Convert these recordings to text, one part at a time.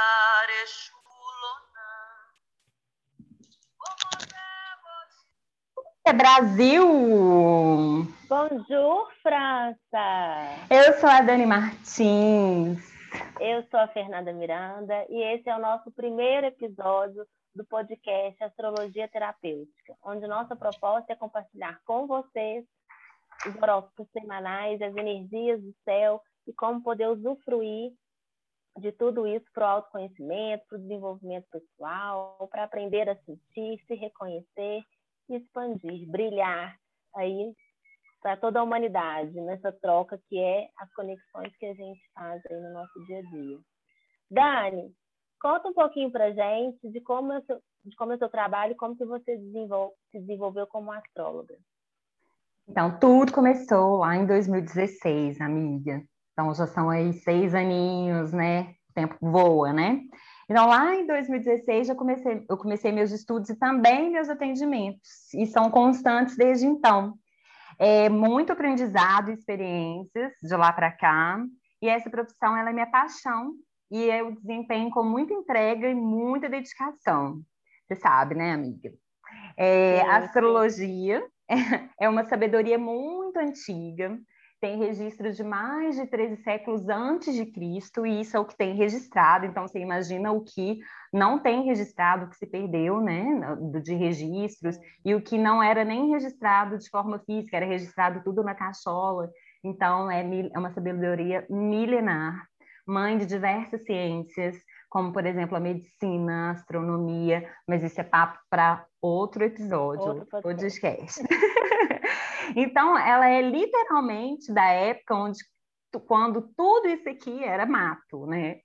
É Brasil! Bonjour, França! Eu sou a Dani Martins. Eu sou a Fernanda Miranda e esse é o nosso primeiro episódio do podcast Astrologia Terapêutica, onde nossa proposta é compartilhar com vocês os horóscopos semanais, as energias do céu e como poder usufruir de tudo isso para o autoconhecimento, para o desenvolvimento pessoal, para aprender a sentir, se reconhecer, expandir, brilhar aí para toda a humanidade, nessa troca que é as conexões que a gente faz aí no nosso dia a dia. Dani, conta um pouquinho para a gente de como é o seu trabalho e como que você se desenvolveu como astróloga. Então, tudo começou lá em 2016, amiga. Então, já são aí 6 aninhos, né? O tempo voa, né? Então, lá em 2016, eu comecei meus estudos e também meus atendimentos, e são constantes desde então. Muito aprendizado e experiências de lá para cá, e essa profissão ela é minha paixão, e eu desempenho com muita entrega e muita dedicação. Você sabe, né, amiga? A astrologia é uma sabedoria muito antiga, tem registros de mais de 13 séculos antes de Cristo, e isso é o que tem registrado, então você imagina o que não tem registrado, o que se perdeu, né, de registros, e o que não era nem registrado de forma física, era registrado tudo na cachola, então é uma sabedoria milenar, mãe de diversas ciências, como, por exemplo, a medicina, a astronomia, mas isso é papo para outro episódio, podcast. Então, ela é literalmente da época quando tudo isso aqui era mato, né?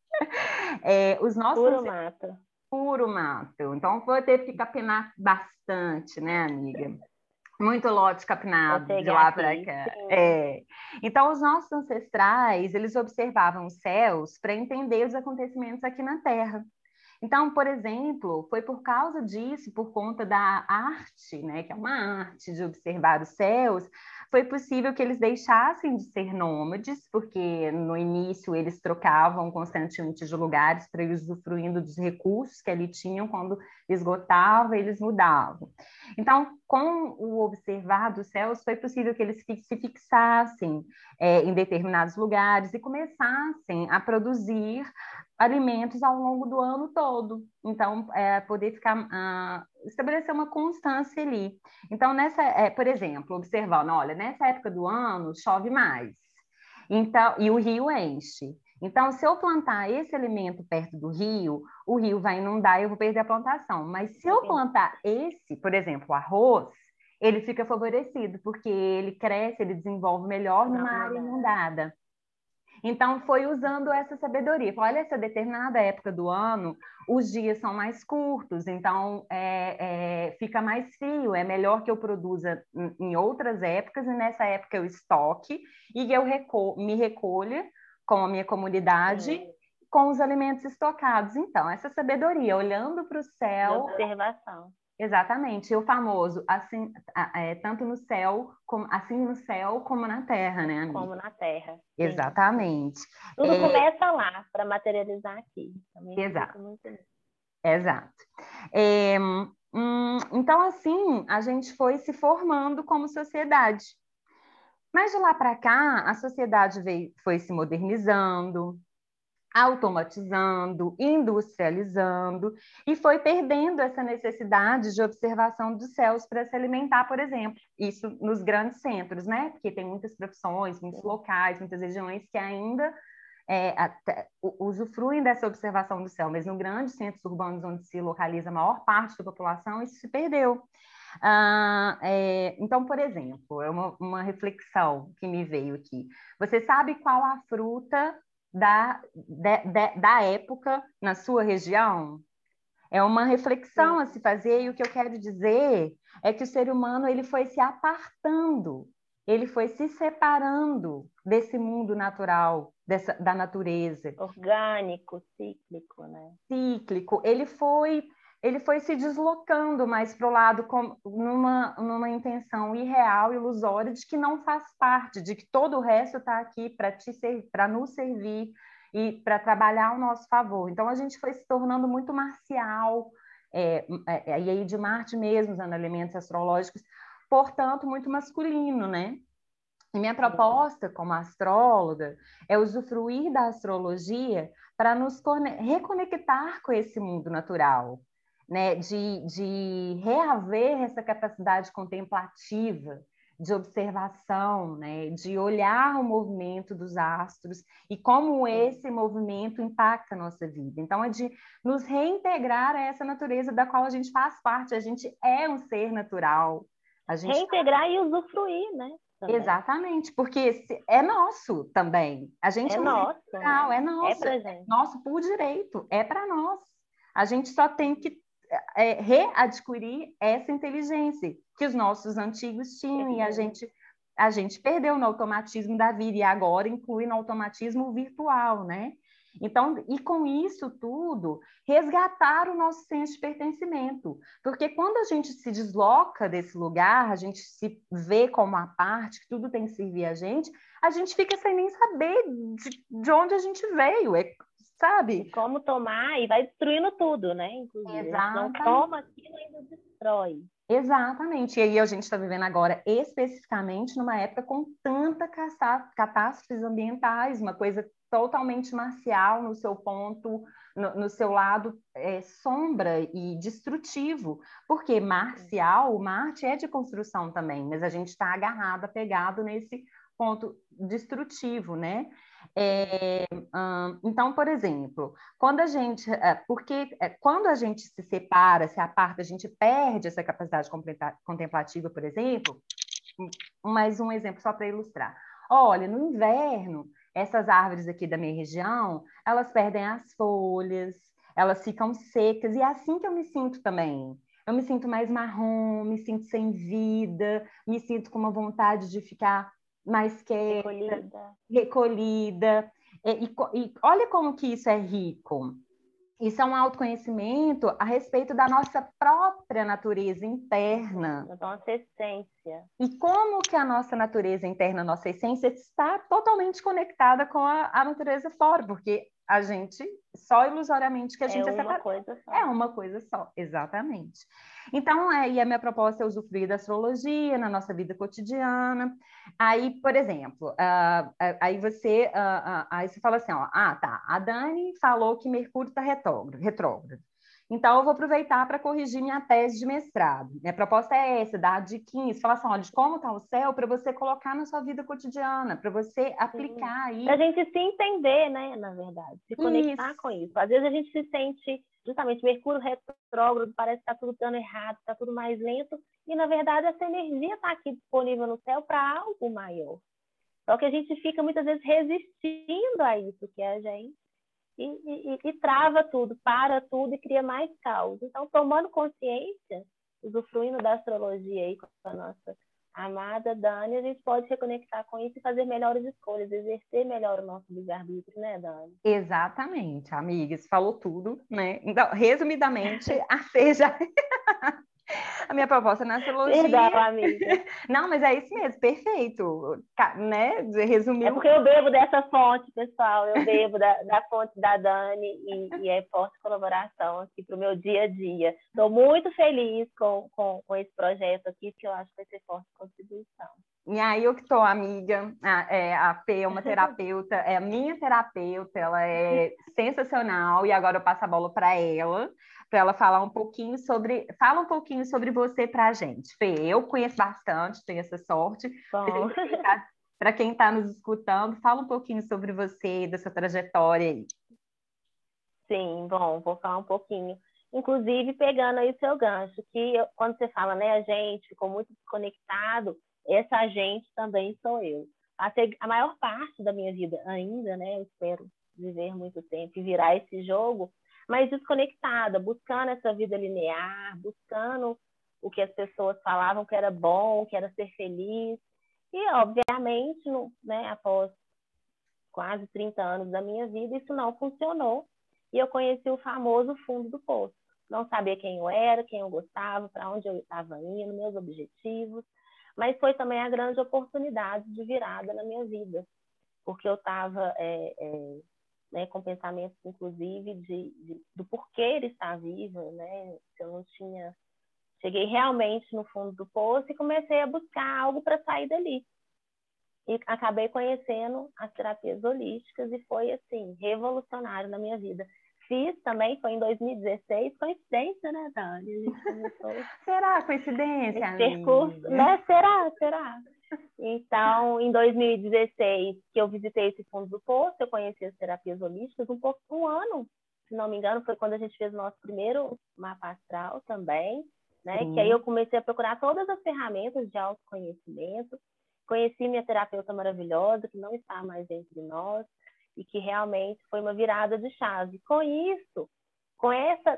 Os nossos... Puro mato. Puro mato. Então, vou ter que capinar bastante, né, amiga? Muito lote capinado de lá para cá. Então, os nossos ancestrais, eles observavam os céus para entender os acontecimentos aqui na Terra. Então, por exemplo, foi por causa disso, por conta da arte, né, que é uma arte de observar os céus, foi possível que eles deixassem de ser nômades, porque no início eles trocavam constantemente de lugares para ir usufruindo dos recursos que ali tinham, quando esgotava, eles mudavam. Então, com o observar dos céus, foi possível que eles se fixassem em determinados lugares e começassem a produzir alimentos ao longo do ano todo. Então, poder estabelecer uma constância ali. Então, por exemplo, observando, olha, nessa época do ano chove mais, então, e o rio enche. Então, se eu plantar esse alimento perto do rio, o rio vai inundar e eu vou perder a plantação. Mas se eu plantar por exemplo, o arroz, ele fica favorecido, porque ele cresce, ele desenvolve melhor numa área inundada. Então, foi usando essa sabedoria. Olha, essa determinada época do ano, os dias são mais curtos, então fica mais frio. É melhor que eu produza em outras épocas, e nessa época eu estoque e eu me recolha com a minha comunidade, com os alimentos estocados. Então, essa sabedoria, olhando para o céu... De observação. Exatamente, o famoso, assim, tanto no céu, assim no céu como na terra, né, amiga? Como na terra. Sim. Exatamente. Tudo começa lá, para materializar aqui. Também Exato. Muito Exato. Então, assim, a gente foi se formando como sociedade. Mas de lá para cá, a sociedade foi se modernizando, automatizando, industrializando, e foi perdendo essa necessidade de observação dos céus para se alimentar, por exemplo. Isso nos grandes centros, né? Porque tem muitas profissões, muitos locais, muitas regiões que ainda usufruem dessa observação do céu, mas nos grandes centros urbanos, onde se localiza a maior parte da população, isso se perdeu. Então, por exemplo, é uma reflexão que me veio aqui. Você sabe qual a fruta da época na sua região? É uma reflexão a se fazer, e o que eu quero dizer é que o ser humano ele foi se apartando, ele foi se separando desse mundo natural, da natureza. Orgânico, cíclico, né? Cíclico. Ele foi se deslocando mais para o lado numa intenção irreal, ilusória, de que não faz parte, de que todo o resto está aqui para nos servir. e para trabalhar ao nosso favor. Então, a gente foi se tornando muito marcial, e aí de Marte mesmo, usando elementos astrológicos, portanto, muito masculino, né? E minha proposta como astróloga é usufruir da astrologia para nos reconectar com esse mundo natural, né? De reaver essa capacidade contemplativa, de observação, né? De olhar o movimento dos astros e como esse movimento impacta a nossa vida. Então, é de nos reintegrar a essa natureza da qual a gente faz parte, a gente é um ser natural. A gente reintegrar e usufruir, né? Também. Exatamente, porque é nosso também. A gente é nosso, natural, né? é nosso, pra gente. Nosso por direito, é para nós. A gente só tem que readquirir essa inteligência que os nossos antigos tinham e a gente perdeu no automatismo da vida e agora inclui no automatismo virtual, né? Então, e com isso tudo, resgatar o nosso senso de pertencimento. Porque quando a gente se desloca desse lugar, a gente se vê como a parte, que tudo tem que servir a gente fica sem nem saber de onde a gente veio, sabe? E como tomar, e vai destruindo tudo, né? Inclusive, não toma aquilo e ainda destrói. Exatamente. E aí a gente está vivendo agora especificamente numa época com tanta catástrofes ambientais, uma coisa totalmente marcial no seu ponto, no seu lado sombra e destrutivo. Porque marcial, o Marte é de construção também, mas a gente está agarrado, apegado nesse ponto destrutivo, né? Então, por exemplo, quando quando a gente se separa, se aparta, a gente perde essa capacidade contemplativa, por exemplo. Mais um exemplo só para ilustrar. Olha, no inverno, essas árvores aqui da minha região, elas perdem as folhas, elas ficam secas, e é assim que eu me sinto também. Eu me sinto mais marrom, me sinto sem vida, me sinto com uma vontade de ficar mais quieta, recolhida. E olha como que isso é rico. Isso é um autoconhecimento a respeito da nossa própria natureza interna. Da nossa essência. E como que a nossa natureza interna, a nossa essência, está totalmente conectada com a natureza fora, porque a gente, só ilusoriamente que a gente é uma coisa só. É uma coisa só, exatamente. Então, e a minha proposta é usufruir da astrologia na nossa vida cotidiana. Aí, por exemplo, aí você fala assim, ó, tá, a Dani falou que Mercúrio está retrógrado. Então, eu vou aproveitar para corrigir minha tese de mestrado. Minha proposta é essa, dar diquinhas, falar assim, olha, de como está o céu, para você colocar na sua vida cotidiana, para você aplicar aí. Para a gente se entender, né, na verdade, se conectar com isso. Às vezes a gente se sente, justamente, Mercúrio retrógrado, parece que está tudo dando errado, está tudo mais lento, e na verdade essa energia está aqui disponível no céu para algo maior. Só que a gente fica muitas vezes resistindo a isso, que é a gente. E trava tudo, para tudo e cria mais caos. Então, tomando consciência, usufruindo da astrologia aí com a nossa amada Dani, a gente pode reconectar com isso e fazer melhores escolhas, exercer melhor o nosso livre-arbítrio, né, Dani? Exatamente, amiga, você falou tudo, né? Então, resumidamente, a seja a minha proposta na astrologia. Perdão, amiga. Não, mas é isso mesmo, perfeito, né? Resumiu. É porque eu bebo dessa fonte, pessoal. Eu bebo da fonte da Dani e é forte colaboração aqui para o meu dia a dia. Estou muito feliz com esse projeto aqui, que eu acho que vai ser forte contribuição. E aí eu que estou, amiga, a P é uma terapeuta, é a minha terapeuta, ela é sensacional, e agora eu passo a bola para ela falar um pouquinho fala um pouquinho sobre você para a gente. Fê, eu conheço bastante, tenho essa sorte. Para quem está nos escutando, fala um pouquinho sobre você, da sua trajetória aí. Sim, bom, vou falar um pouquinho. Inclusive, pegando aí o seu gancho, que quando você fala, né, a gente ficou muito desconectado, essa gente também sou eu. A maior parte da minha vida ainda, né, eu espero viver muito tempo e virar esse jogo, mas desconectada, buscando essa vida linear, buscando o que as pessoas falavam que era bom, que era ser feliz. E, obviamente, né, após quase 30 anos da minha vida, isso não funcionou. E eu conheci o famoso fundo do poço. Não sabia quem eu era, quem eu gostava, para onde eu estava indo, meus objetivos. Mas foi também a grande oportunidade de virada na minha vida. Porque eu estava né, com pensamentos, inclusive, do porquê ele está vivo, né? Se eu não tinha... Cheguei realmente no fundo do poço e comecei a buscar algo para sair dali. E acabei conhecendo as terapias holísticas e foi, assim, revolucionário na minha vida. Fiz também, foi em 2016, coincidência, né, Dani? A gente começou... Será coincidência, esse percurso, né? Será? Então, em 2016, que eu visitei esse fundo do poço, eu conheci as terapias holísticas, um ano, se não me engano, foi quando a gente fez o nosso primeiro mapa astral também, né? Que aí eu comecei a procurar todas as ferramentas de autoconhecimento, conheci minha terapeuta maravilhosa, que não está mais entre nós, e que realmente foi uma virada de chave. Com isso, com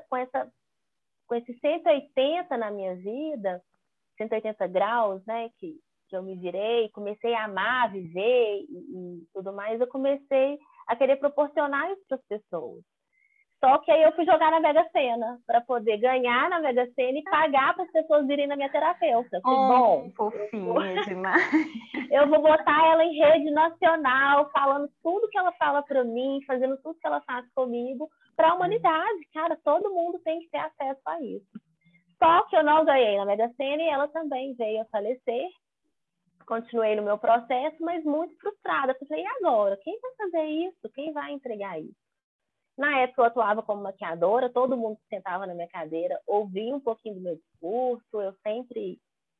esse 180 na minha vida, 180 graus, né, que eu me virei, comecei a amar, viver e tudo mais, eu comecei a querer proporcionar isso para as pessoas. Só que aí eu fui jogar na Mega Sena, para poder ganhar na Mega Sena e pagar para as pessoas irem na minha terapeuta. Falei, fofinha demais. Eu vou botar ela em rede nacional, falando tudo que ela fala para mim, fazendo tudo que ela faz comigo, para a humanidade. Cara, todo mundo tem que ter acesso a isso. Só que eu não ganhei na Mega Sena e ela também veio a falecer. Continuei no meu processo, mas muito frustrada. Falei, e agora? Quem vai fazer isso? Quem vai entregar isso? Na época eu atuava como maquiadora, todo mundo que sentava na minha cadeira ouvia um pouquinho do meu discurso, eu sempre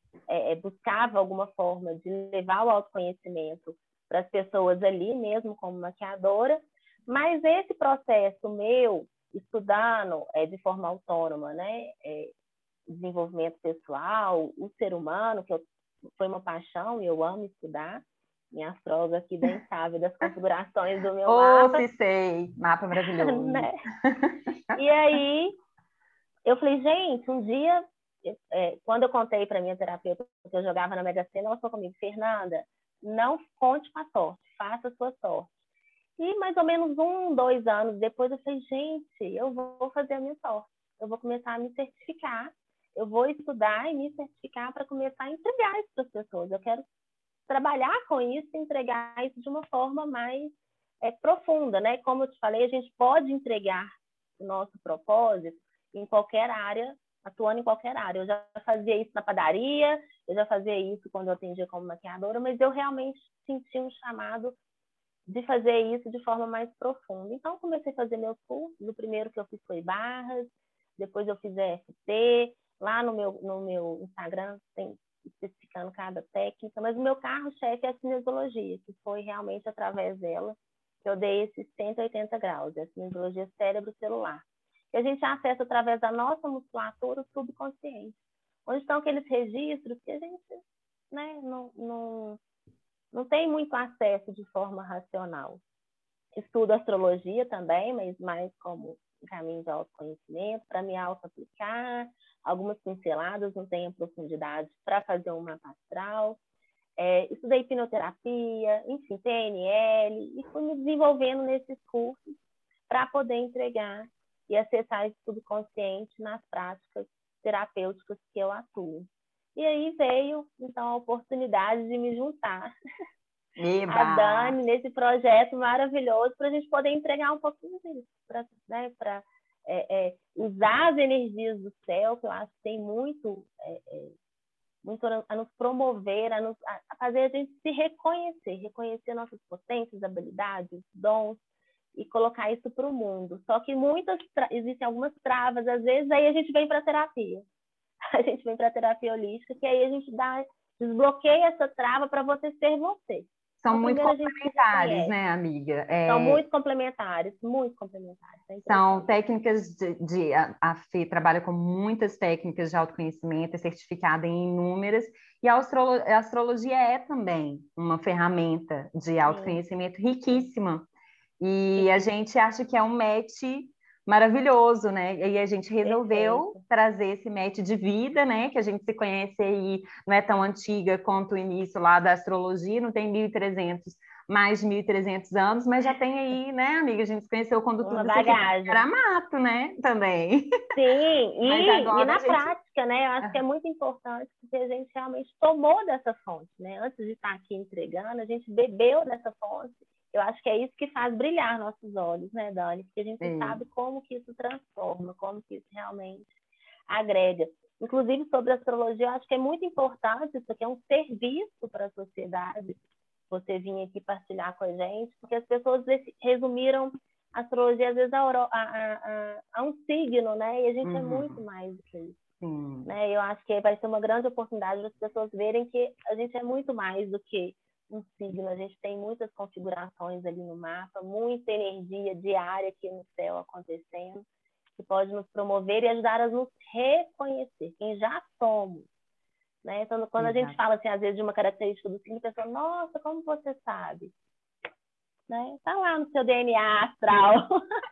buscava alguma forma de levar o autoconhecimento para as pessoas ali, mesmo como maquiadora, mas esse processo meu, estudando de forma autônoma, né, desenvolvimento pessoal, o ser humano, que foi uma paixão e eu amo estudar, minha astróloga aqui bem sabe das configurações do meu mapa. Sei, mapa maravilhoso. Né? E aí, eu falei, gente, um dia, quando eu contei para minha terapeuta que eu jogava na Mega Sena, ela falou comigo, Fernanda, não conte com a sorte, faça a sua sorte. E mais ou menos 2 anos depois, eu falei, gente, eu vou fazer a minha sorte. Eu vou começar a me certificar, eu vou estudar e me certificar para começar a entregar isso para as pessoas. Eu quero trabalhar com isso e entregar isso de uma forma mais profunda, né? Como eu te falei, a gente pode entregar o nosso propósito em qualquer área, atuando em qualquer área. Eu já fazia isso na padaria, eu já fazia isso quando eu atendia como maquiadora, mas eu realmente senti um chamado de fazer isso de forma mais profunda. Então, comecei a fazer meus cursos. O primeiro que eu fiz foi Barras, depois eu fiz EFT. Lá no meu Instagram tem especificando cada técnica, mas o meu carro-chefe é a cinesiologia, que foi realmente através dela que eu dei esses 180 graus, a cinesiologia cérebro-celular. Que a gente acessa através da nossa musculatura subconsciente, onde estão aqueles registros que a gente, né, não tem muito acesso de forma racional. Estudo astrologia também, mas mais como um caminho de autoconhecimento, para me auto-aplicar, algumas pinceladas, não tenho profundidade para fazer um mapa astral. Estudei hipnoterapia, enfim, PNL, e fui me desenvolvendo nesses cursos para poder entregar e acessar esse subconsciente nas práticas terapêuticas que eu atuo. E aí veio, então, a oportunidade de me juntar a Dani nesse projeto maravilhoso para a gente poder entregar um pouquinho disso, para usar as energias do céu, que eu acho que tem muito a nos promover, a fazer a gente se reconhecer nossas potências, habilidades, dons, e colocar isso para o mundo. Só que existem algumas travas, às vezes, aí a gente vem para a terapia. A gente vem para a terapia holística, que aí a gente desbloqueia essa trava para você ser você. São muito complementares, né, amiga? São muito complementares, muito complementares. São técnicas a Fê trabalha com muitas técnicas de autoconhecimento, é certificada em inúmeras, e a astrologia é também uma ferramenta de autoconhecimento riquíssima. E a gente acha que é um match maravilhoso, né? E a gente resolveu trazer esse match de vida, né? Que a gente se conhece aí, não é tão antiga quanto o início lá da astrologia, não tem mais de 1.300 anos, mas já tem aí, né, amiga? A gente se conheceu quando tudo isso aqui era mato, né? Também. Sim, e na prática, né? Eu acho que é muito importante porque a gente realmente tomou dessa fonte, né? Antes de estar aqui entregando, a gente bebeu dessa fonte eu acho que é isso que faz brilhar nossos olhos, né, Dani? Porque a gente sabe como que isso transforma, como que isso realmente agrega. Inclusive, sobre a astrologia, eu acho que é muito importante, isso aqui é um serviço para a sociedade, você vir aqui partilhar com a gente, porque as pessoas resumiram a astrologia, às vezes, a um signo, né? E a gente é muito mais do que isso. Né? Eu acho que vai ser uma grande oportunidade das pessoas verem que a gente é muito mais do que um signo, a gente tem muitas configurações ali no mapa, muita energia diária aqui no céu acontecendo, que pode nos promover e ajudar a nos reconhecer, quem já somos. Né? Então, quando a gente fala, assim, às vezes, de uma característica do signo, a pessoa, nossa, como você sabe? Né? Tá lá no seu DNA astral.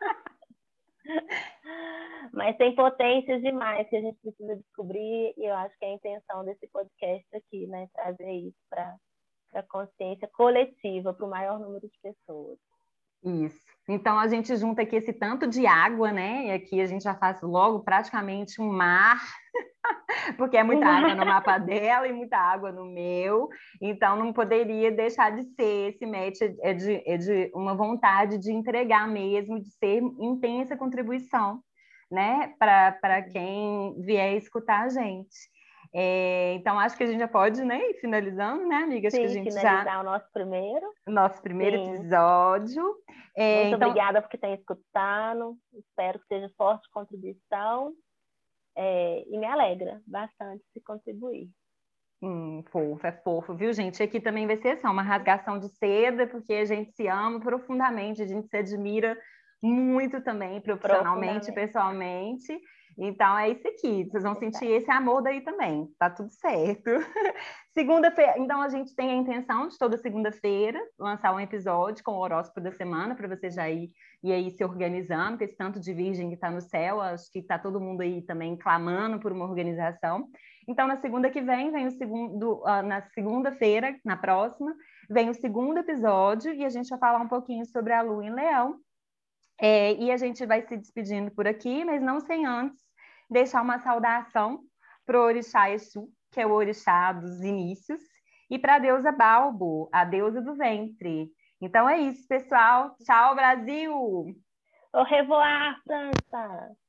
Mas tem potências demais que a gente precisa descobrir, e eu acho que é a intenção desse podcast aqui, né? Trazer isso para a consciência coletiva, para o maior número de pessoas. Isso. Então a gente junta aqui esse tanto de água, né? E aqui a gente já faz logo praticamente um mar, porque é muita água no mapa dela e muita água no meu. Então não poderia deixar de ser esse match, é de uma vontade de entregar mesmo, de ser intensa contribuição, né? Para quem vier escutar a gente. Então, acho que a gente já pode, né, ir finalizando, né, amiga? Acho Sim, que a gente finalizar o nosso primeiro episódio. Muito obrigada por quem está escutando. Espero que seja forte contribuição. E me alegra bastante se contribuir. Fofo, é fofo, viu, gente? Aqui também vai ser assim, uma rasgação de seda, porque a gente se ama profundamente, a gente se admira muito também, profissionalmente, pessoalmente. Então é isso aqui, vocês vão sentir esse amor daí também, tá tudo certo. Segunda-feira, então a gente tem a intenção de toda segunda-feira lançar um episódio com o horóscopo da semana, para você já ir e aí se organizando, com esse tanto de virgem que está no céu, acho que está todo mundo aí também clamando por uma organização. Então, na segunda que vem o segundo, na segunda-feira, na próxima, vem o segundo episódio e a gente vai falar um pouquinho sobre a Lua em Leão. E a gente vai se despedindo por aqui, mas não sem antes deixar uma saudação para o Orixá Exu, que é o Orixá dos inícios, e para a deusa Balbo, a deusa do ventre. Então é isso, pessoal. Tchau, Brasil! Au revoir, França!